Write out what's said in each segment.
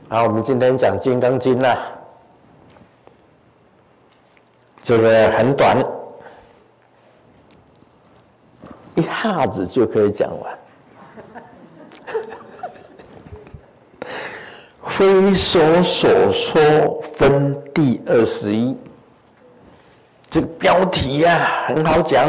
好，我们今天讲《金刚经》啦，这个很短，一下子就可以讲完。非说所说分第21，这个标题呀，很好讲。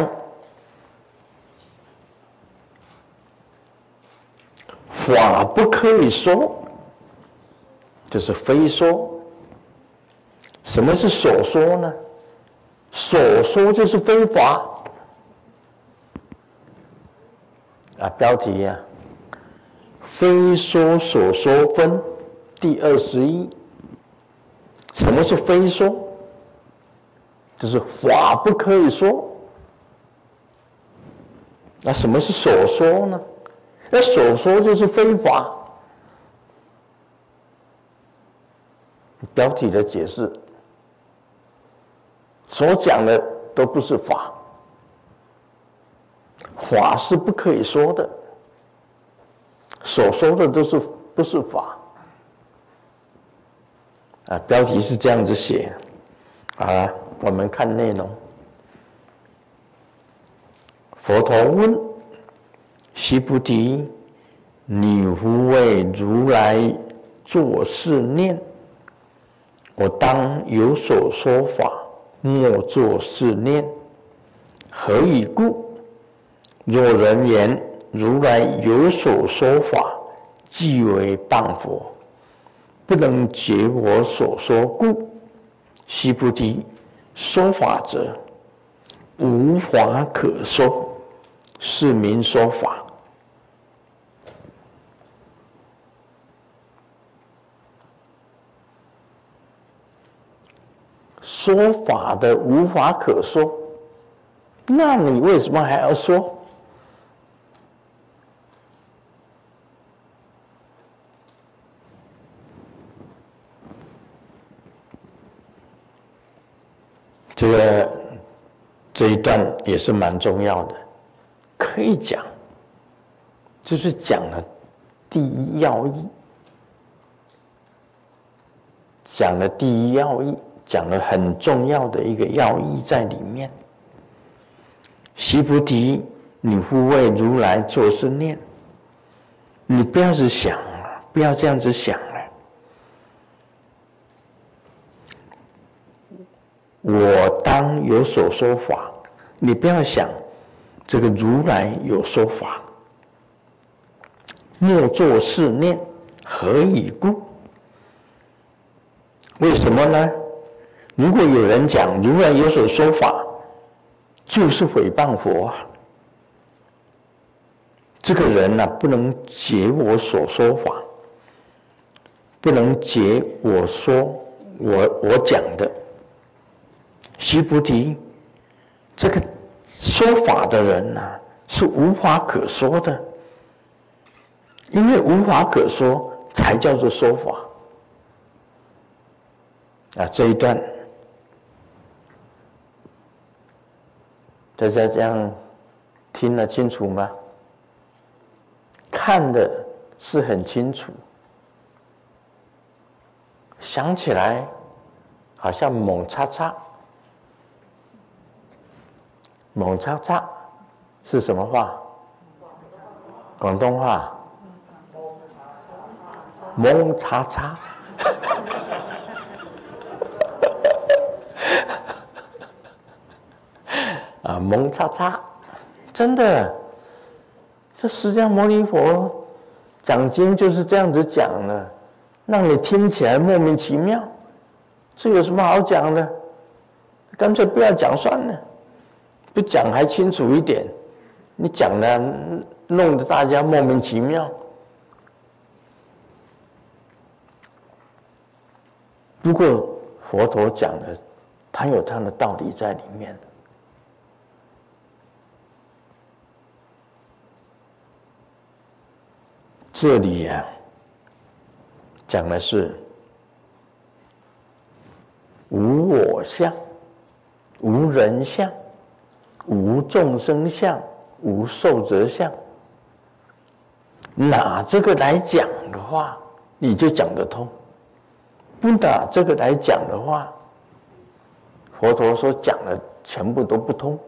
法不可以说，就是非说。什么是所说呢？所说就是非法啊。标题呀，非说所说分第21。什么是非说？就是法不可以说。那什么是所说呢？那所说就是非法。标题的解释，所讲的都不是法，法是不可以说的，所说的都是不是法啊。标题是这样子写啊。我们看内容。佛陀问须菩提：你复为如来作是念：我当有所说法，莫作是念，何以故？若人言如来有所说法，即为谤佛，不能解我所说故。须菩提，说法者，无法可说，是名说法。说法的无法可说，那你为什么还要说？这一段也是蛮重要的，可以讲，就是讲了第一要义，讲了第一要义，讲了很重要的一个要义在里面。须菩提，你复为如来作是念，你不要是想了，不要这样子想了。我当有所说法，你不要想这个如来有说法，莫作是念，何以故？为什么呢？如果有人讲如来有所说法，就是诽谤佛啊。这个人呢，不能解我所说法，不能解我说我讲的。须菩提，这个说法的人呢，是无法可说的，因为无法可说才叫做说法啊。这一段大家这样听得清楚吗？看的是很清楚，想起来好像猛叉叉。猛叉叉是什么话？广东话。猛叉叉。啊，猛叉叉，真的，这释迦牟尼佛讲经就是这样子讲的，让你听起来莫名其妙。这有什么好讲的？干脆不要讲算了。不讲还清楚一点，你讲了弄得大家莫名其妙。不过佛陀讲的，他有他的道理在里面的。这里呀，讲的是无我相，无人相，无众生相，无寿者相。拿这个来讲的话，你就讲得通。 不拿这个来讲的话，佛陀所讲的全部都不通。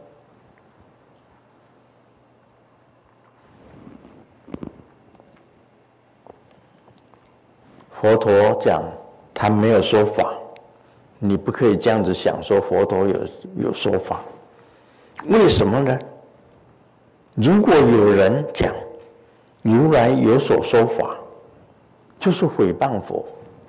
佛陀讲他没有说法，你不可以这样子想说佛陀有说法。为什么呢？如果有人讲如来有所说法，就是毁谤佛，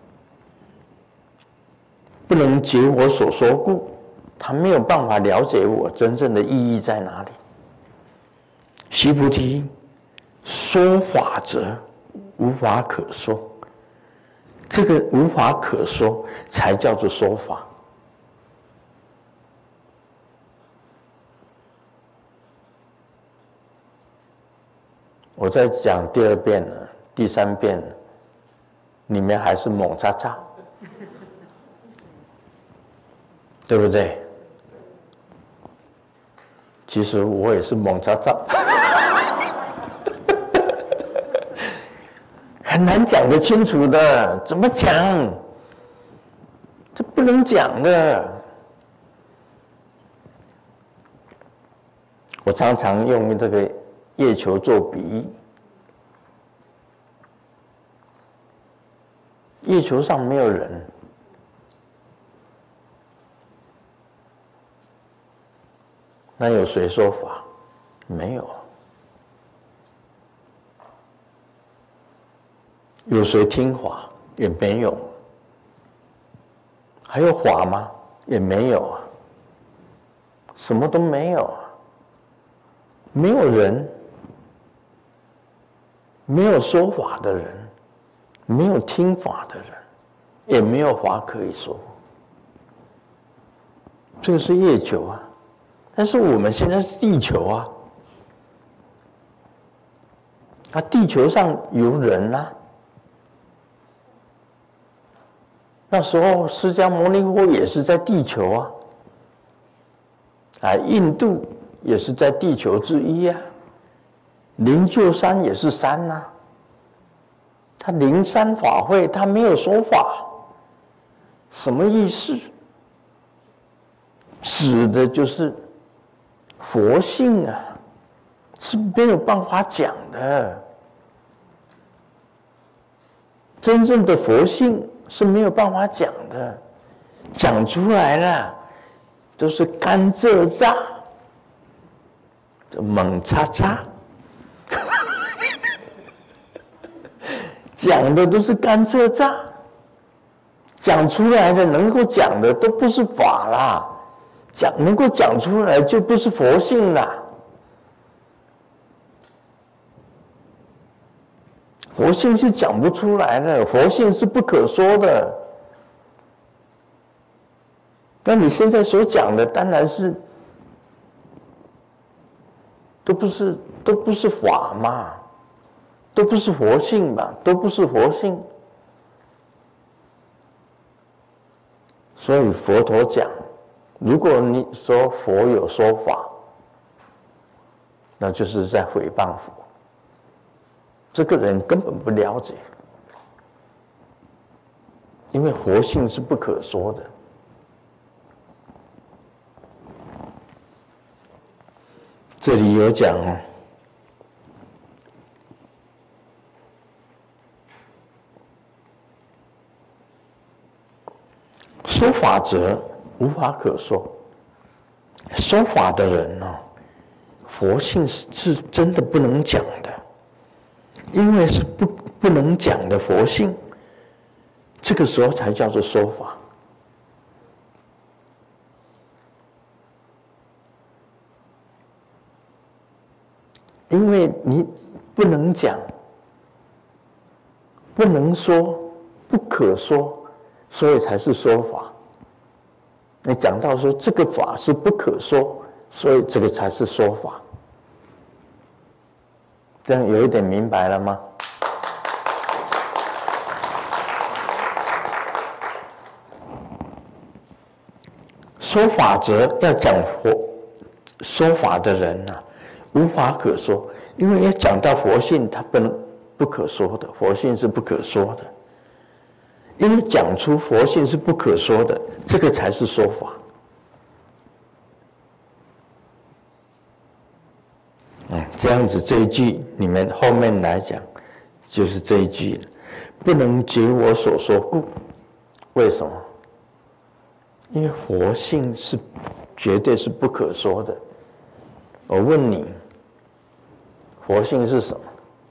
不能解我所说故，他没有办法了解我真正的意义在哪里。须菩提，说法者无法可说，这个无法可说才叫做说法。我再讲第二遍了，第三遍了，你们还是猛叉叉，对不对？其实我也是猛叉叉，很难讲得清楚的，怎么讲？这不能讲的。我常常用这个月球做比喻，月球上没有人，那有谁说法？没有。有谁听法？也没有。还有法吗？也没有啊，什么都没有啊。没有人，没有说法的人，没有听法的人，也没有法可以说。这个是月球啊，但是我们现在是地球啊。啊，地球上有人啊。那时候释迦牟尼佛也是在地球啊。啊，印度也是在地球之一啊。灵鹫山也是山啊。他灵山法会，他没有说法，什么意思？指的就是佛性啊，是没有办法讲的。真正的佛性是没有办法讲的，讲出来了都是甘蔗渣，猛叉叉，讲的都是甘蔗渣，讲出来的能够讲的都不是法啦，能够讲出来就不是佛性啦。佛性是讲不出来的，佛性是不可说的。那你现在所讲的当然是都不是法嘛，都不是佛性嘛，都不是佛性。所以佛陀讲，如果你说佛有说法，那就是在毁谤佛。这个人根本不了解，因为佛性是不可说的。这里有讲哦，说法者无法可说。说法的人呢，佛性是真的不能讲的。因为是不能讲的佛性，这个时候才叫做说法。因为你不能讲，不能说，不可说，所以才是说法。你讲到说这个法是不可说，所以这个才是说法。这样有一点明白了吗？说法者要讲佛说法的人啊，无法可说，因为要讲到佛性，它不可说的，佛性是不可说的。 因为讲出佛性是不可说的，这个才是说法。这样子这一句你们后面来讲就是这一句，不能解我所说故。为什么？因为佛性是绝对是不可说的。我问你，佛性是什么？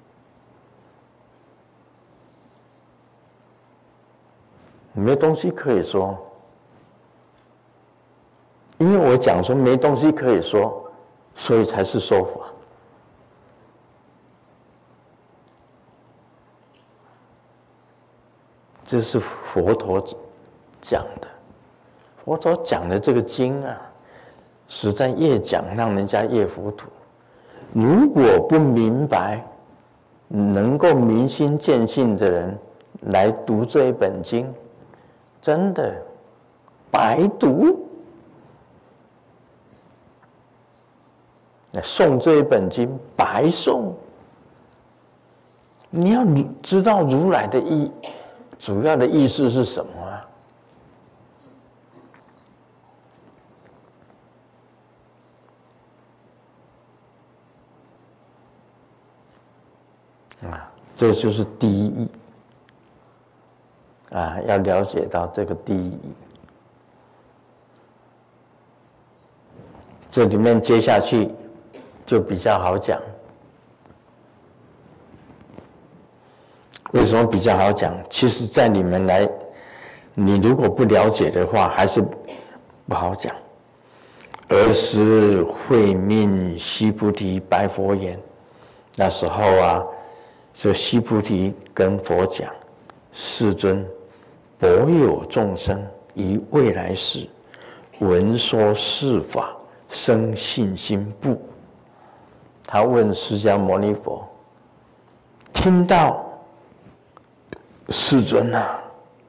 没东西可以说，因为我讲说没东西可以说，所以才是说法。这是佛陀讲的，佛陀讲的这个经啊，实在越讲让人家越糊涂。如果不明白，能够明心见性的人来读这一本经，真的白读。诵这一本经白诵。你要知道如来的主要的意思是什么啊？这就是第一义啊，要了解到这个第一义。这里面接下去就比较好讲。为什么比较好讲？其实在你们来，你如果不了解的话，还是不好讲。尔时慧命须菩提白佛言，那时候啊，这须菩提跟佛讲，世尊，薄有众生于未来世闻说是法，生信心不？他问释迦牟尼佛，听到世尊啊，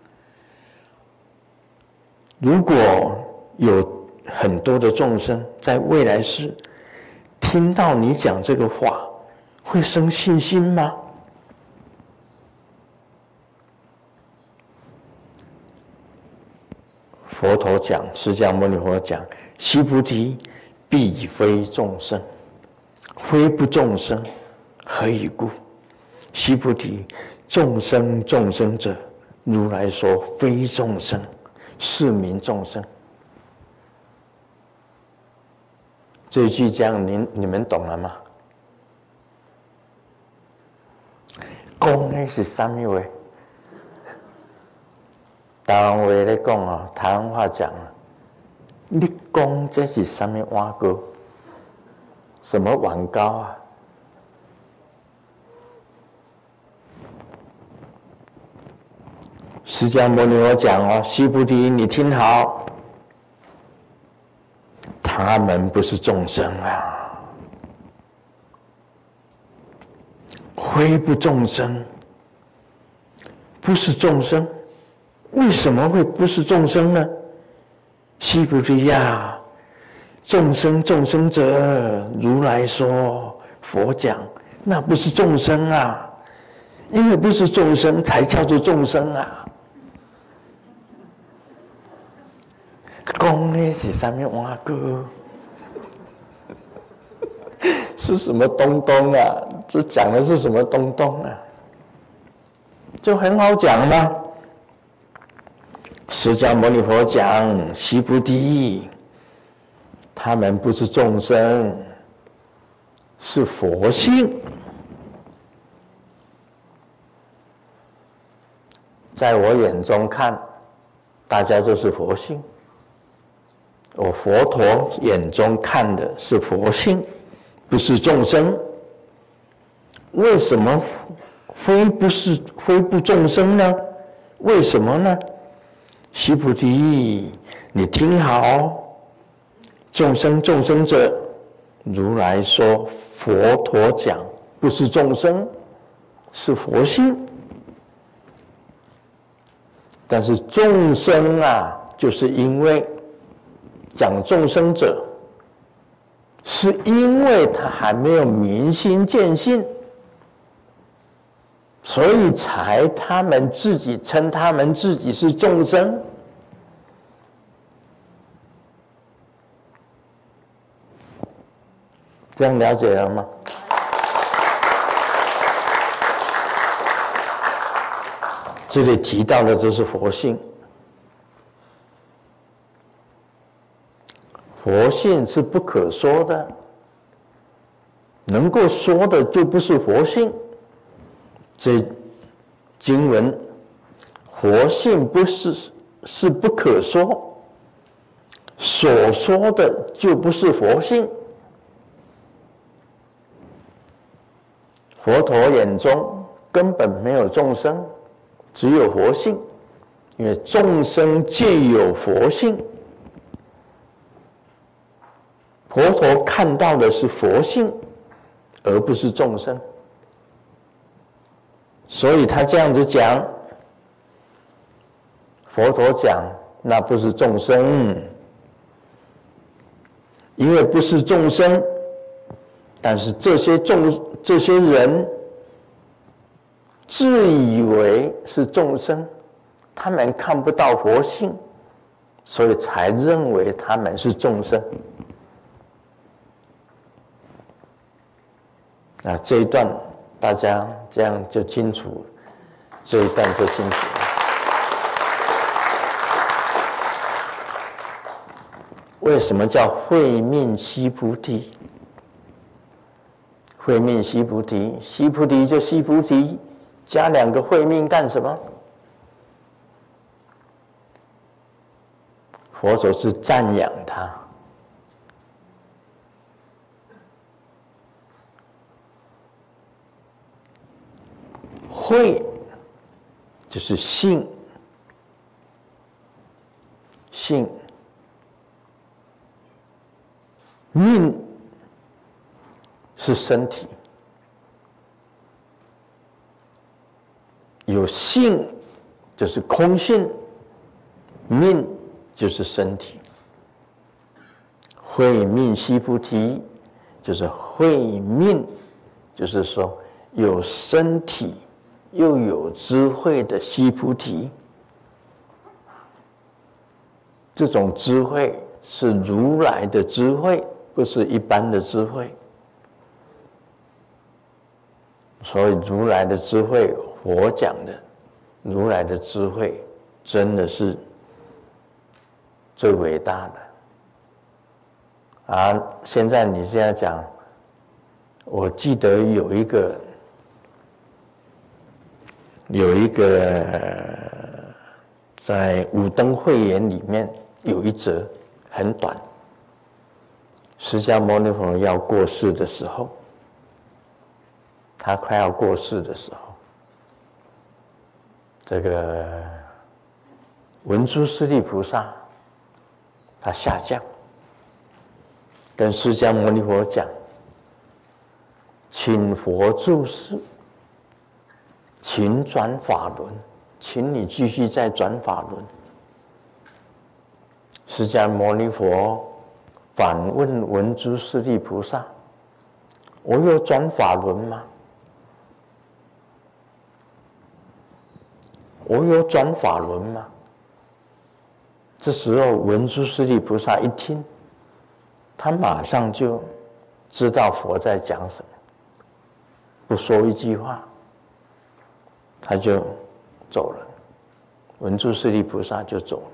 如果有很多的众生在未来世听到你讲这个话，会生信心吗？佛陀讲，释迦牟尼佛讲，须菩提，必非众生，非不众生，何以故？须菩提，众生众生者，如来说非众生，是名众生。这一句这样，你们懂了吗？讲的是什么话？台湾话咧讲哦，台湾话讲啊，你讲这是什么碗糕？什么碗糕啊？释迦牟尼佛讲哦，须菩提，你听好，他们不是众生啊，非不众生，不是众生。为什么会不是众生呢？须菩提呀，众生众生者，如来说佛讲，那不是众生啊，因为不是众生才叫做众生啊。讲的是什么碗糕？是什么东东啊？这讲的是什么东东啊？就很好讲嘛。释迦牟尼佛讲，须菩提，他们不是众生，是佛性。在我眼中看，大家都是佛性。我佛陀眼中看的是佛性，不是众生。为什么非不众生呢？为什么呢？须菩提，你听好，众生众生者，如来说佛陀讲，不是众生，是佛性。但是众生啊，就是因为讲众生者，是因为他还没有明心见性， 所以才他们自己称他们自己是众生。这样了解了吗？这里提到的这是佛性，佛性是不可说的，能够说的就不是佛性。这经文，佛性是不可说，所说的就不是佛性。佛陀眼中根本没有众生，只有佛性，因为众生皆有佛性。佛陀看到的是佛性，而不是众生。所以他这样子讲，佛陀讲那不是众生，因为不是众生，但是这些人自以为是众生，他们看不到佛性，所以才认为他们是众生。那这一段大家这样就清楚了，这一段就清楚了。为什么叫慧命悉菩提？慧命悉菩提，悉菩提就悉菩提，加两个慧命干什么？佛陀是赞扬他。慧就是性，命是身体，有性就是空性，命就是身体。慧命悉菩提就是慧命，就是说有身体又有智慧的悉菩提。这种智慧是如来的智慧，不是一般的智慧。所以如来的智慧，佛讲的如来的智慧真的最伟大的。啊，现在你这样讲，我记得有一个在五灯会演里面有一则很短，释迦牟尼佛要过世的时候，他快要过世的时候，这个文殊师利菩萨他下降，跟释迦牟尼佛讲，请佛住世，请转法轮，请你继续再转法轮。释迦牟尼佛反问文殊师利菩萨：我有转法轮吗？我有转法轮吗？这时候文殊师利菩萨一听，他马上就知道佛在讲什么，不说一句话，他就走了。文殊师利菩萨就走了。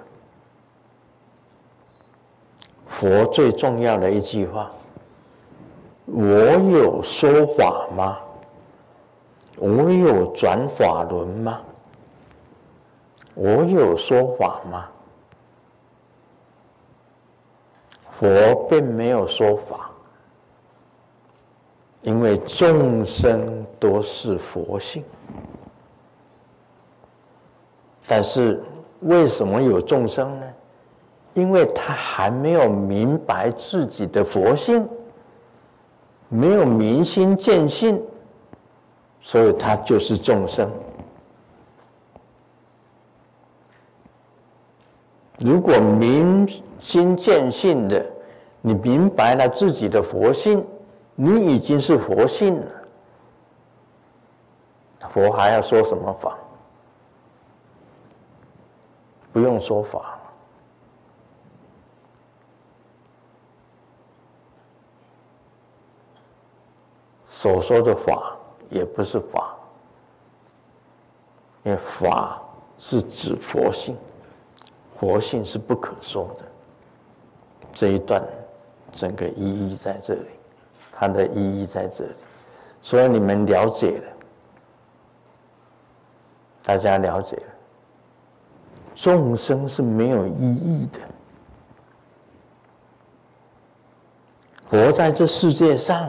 佛最重要的一句话：我有说法吗？我有转法轮吗？我有说法吗？佛并没有说法，因为众生都是佛性。但是为什么有众生呢？因为他还没有明白自己的佛性，没有明心见性，所以他就是众生。如果明心见性的，你明白了自己的佛性，你已经是佛性了。 佛还要说什么法？不用说法，所说的法也不是法，因为法是指佛性，佛性是不可说的。这一段整个意义在这里，它的意义在这里，所以你们了解了，大家了解了，众生是没有意义的，活在这世界上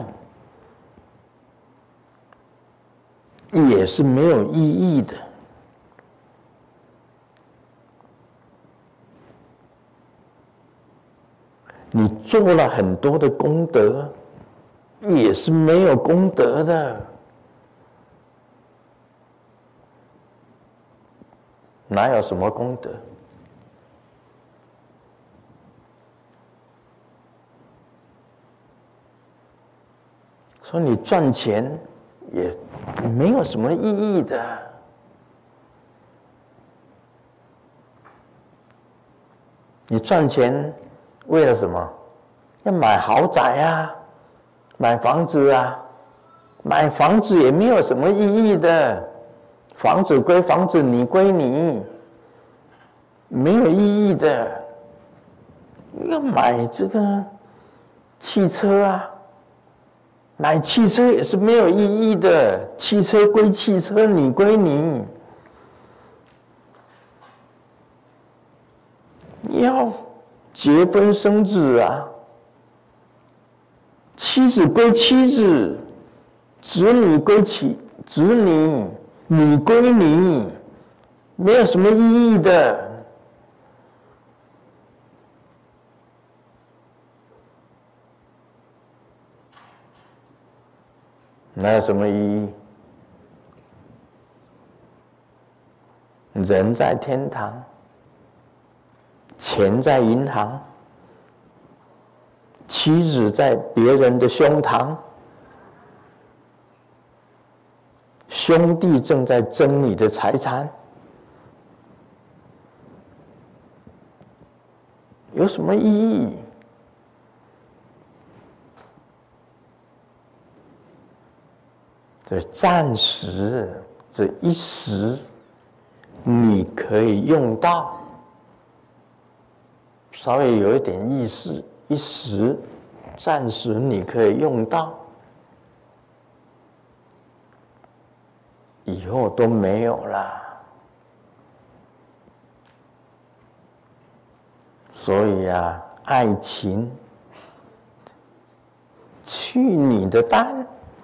也是没有意义的。你做了很多的功德，也是没有功德的。哪有什么功德？说你赚钱也没有什么意义的。你赚钱为了什么？要买豪宅啊，买房子啊，买房子也没有什么意义的。房子归房子，你归你，没有意义的。要买这个汽车啊，买汽车也是没有意义的。汽车归汽车，你归你。你要结婚生子啊，妻子归妻子，子女归子女，你归你，没有什么意义的。哪有什么意义？人在天堂，钱在银行，妻子在别人的胸膛，兄弟正在争你的财产，有什么意义？这暂时，这一时，你可以用到，稍微有一点意思，一时，暂时你可以用到，以后都没有啦。所以啊，爱情，去你的蛋！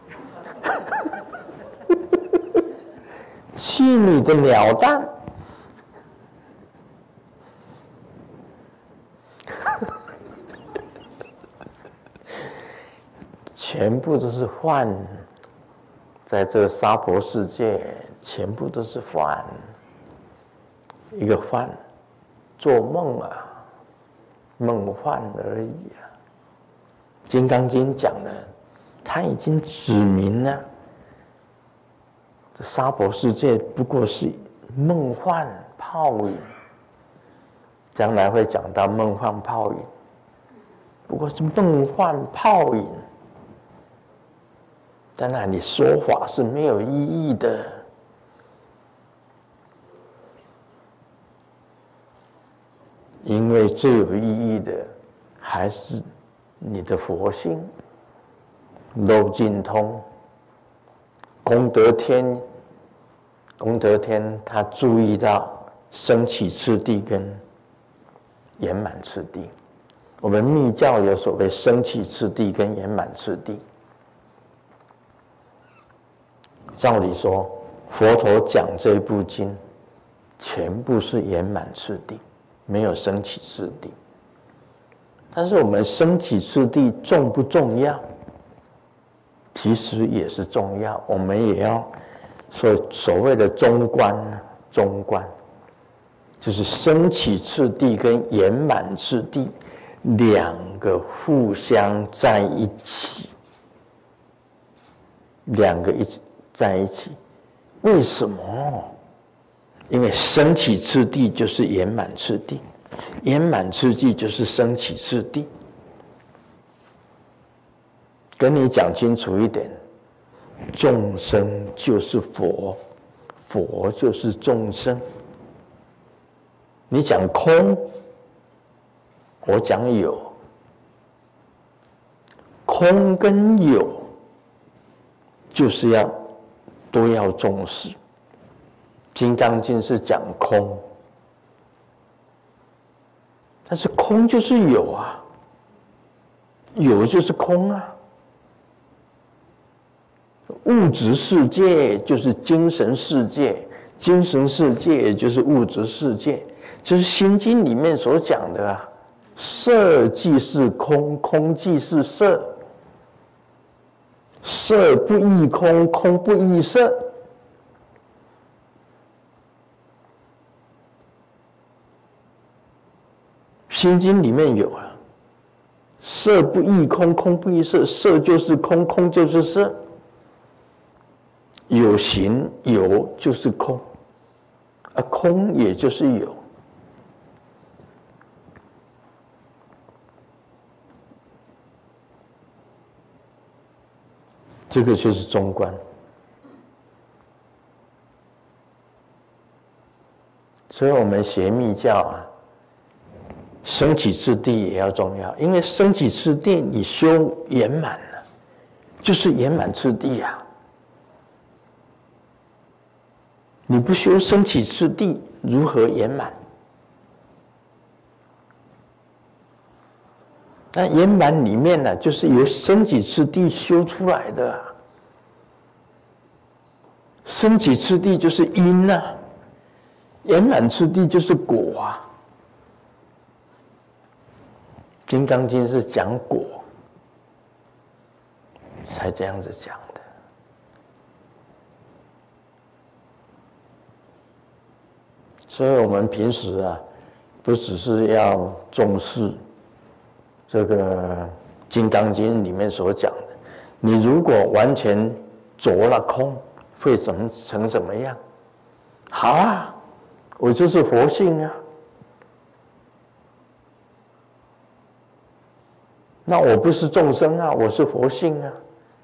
去你的鸟蛋！全部都是幻，在这个娑婆世界，全部都是幻，一个幻，做梦啊，梦幻而已啊。《金刚经》讲了，他已经指明了。这娑婆世界不过是梦幻泡影，将来会讲到梦幻泡影，不过是梦幻泡影，在那里说法是没有意义的。因为最有意义的还是你的佛性，漏尽通。功德天他注意到升起次第跟圆满次第。我们密教有所谓升起次第跟圆满次第。照理说，佛陀讲这部经，全部是圆满次第，没有升起次第。但是我们升起次第重不重要？其实也是重要，我们也要所谓的中观，就是升起次第跟圆满次第两个互相在一起，两个一起在一起， 为什么？因为升起次第就是圆满次第，圆满次第就是升起次第。跟你讲清楚一点，众生就是佛，佛就是众生。你讲空，我讲有，空跟有就是都要重视。《金刚经》是讲空，但是空就是有啊，有就是空啊。物质世界就是精神世界，精神世界就是物质世界，就是《心经》里面所讲的啊。色即是空，空即是色，色不异空，空不异色。《心经》里面有了，色不异空，空不异色，色就是空，空就是色。有形有就是空，空也就是有。这个就是中观。所以我们学密教啊，升起次第也要重要，因为升起次第你修圆满了，就是圆满次第啊。你不修升起次第，如何圆满？那圆满里面呢，就是由升起次第修出来的啊。升起次第就是因啊，圆满次第就是果啊。《金刚经》是讲果，才这样子讲的。所以我们平时啊，不只是要重视这个《金刚经》里面所讲的，你如果完全着了空，会成怎么样？好啊，我就是佛性啊。那我不是众生啊，我是佛性啊。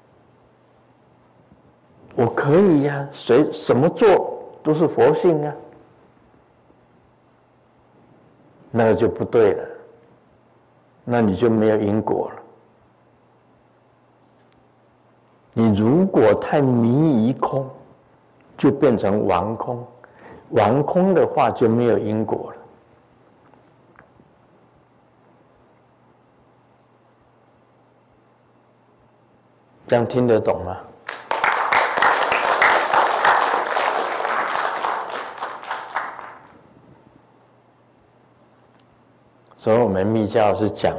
我可以呀，什么做都是佛性啊。那个就不对了，那你就没有因果了。你如果太迷于空，就变成玩空，玩空的话就没有因果了。这样听得懂吗？所以我们密教是讲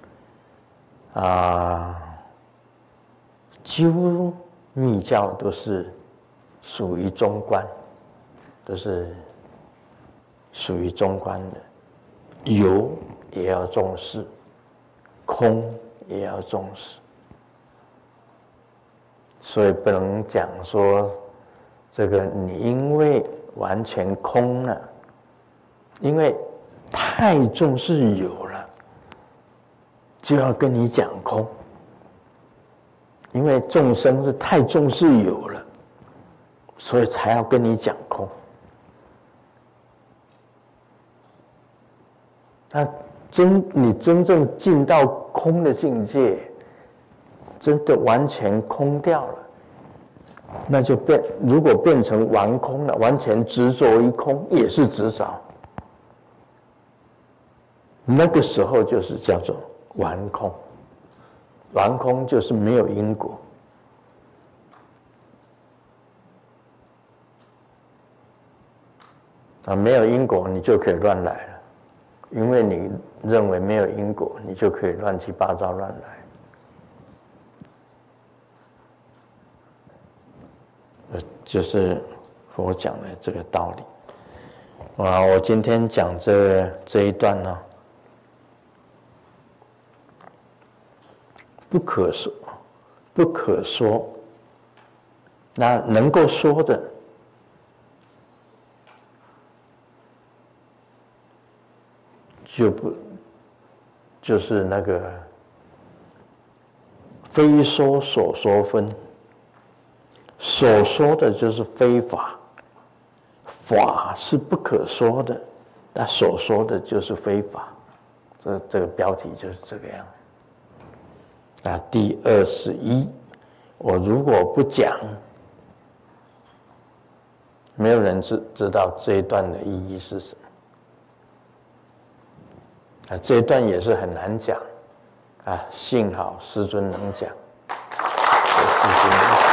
几乎密教都是属于中观，都是属于中观的。有也要重视，空也要重视，所以不能讲说这个你因为完全空了，因为太重视有了，就要跟你讲空。因为众生是太重视有了，所以才要跟你讲空。那你真正进到空的境界，真的完全空掉了，那就如果变成完空了，完全执着于空，也是执着。那个时候就是叫做完空，完空就是没有因果。没有因果，你就可以乱来了，因为你认为没有因果，你就可以乱七八糟乱来。就是佛讲的这个道理。我今天讲这一段呢，不可说，那能够说的就是那个非说所说分，所说的就是非法，法是不可说的，那所说的就是非法。这个标题就是这个样。那第21，我如果不讲，没有人知道这一段的意义是什么。这一段也是很难讲，幸好师尊能讲，师尊能讲。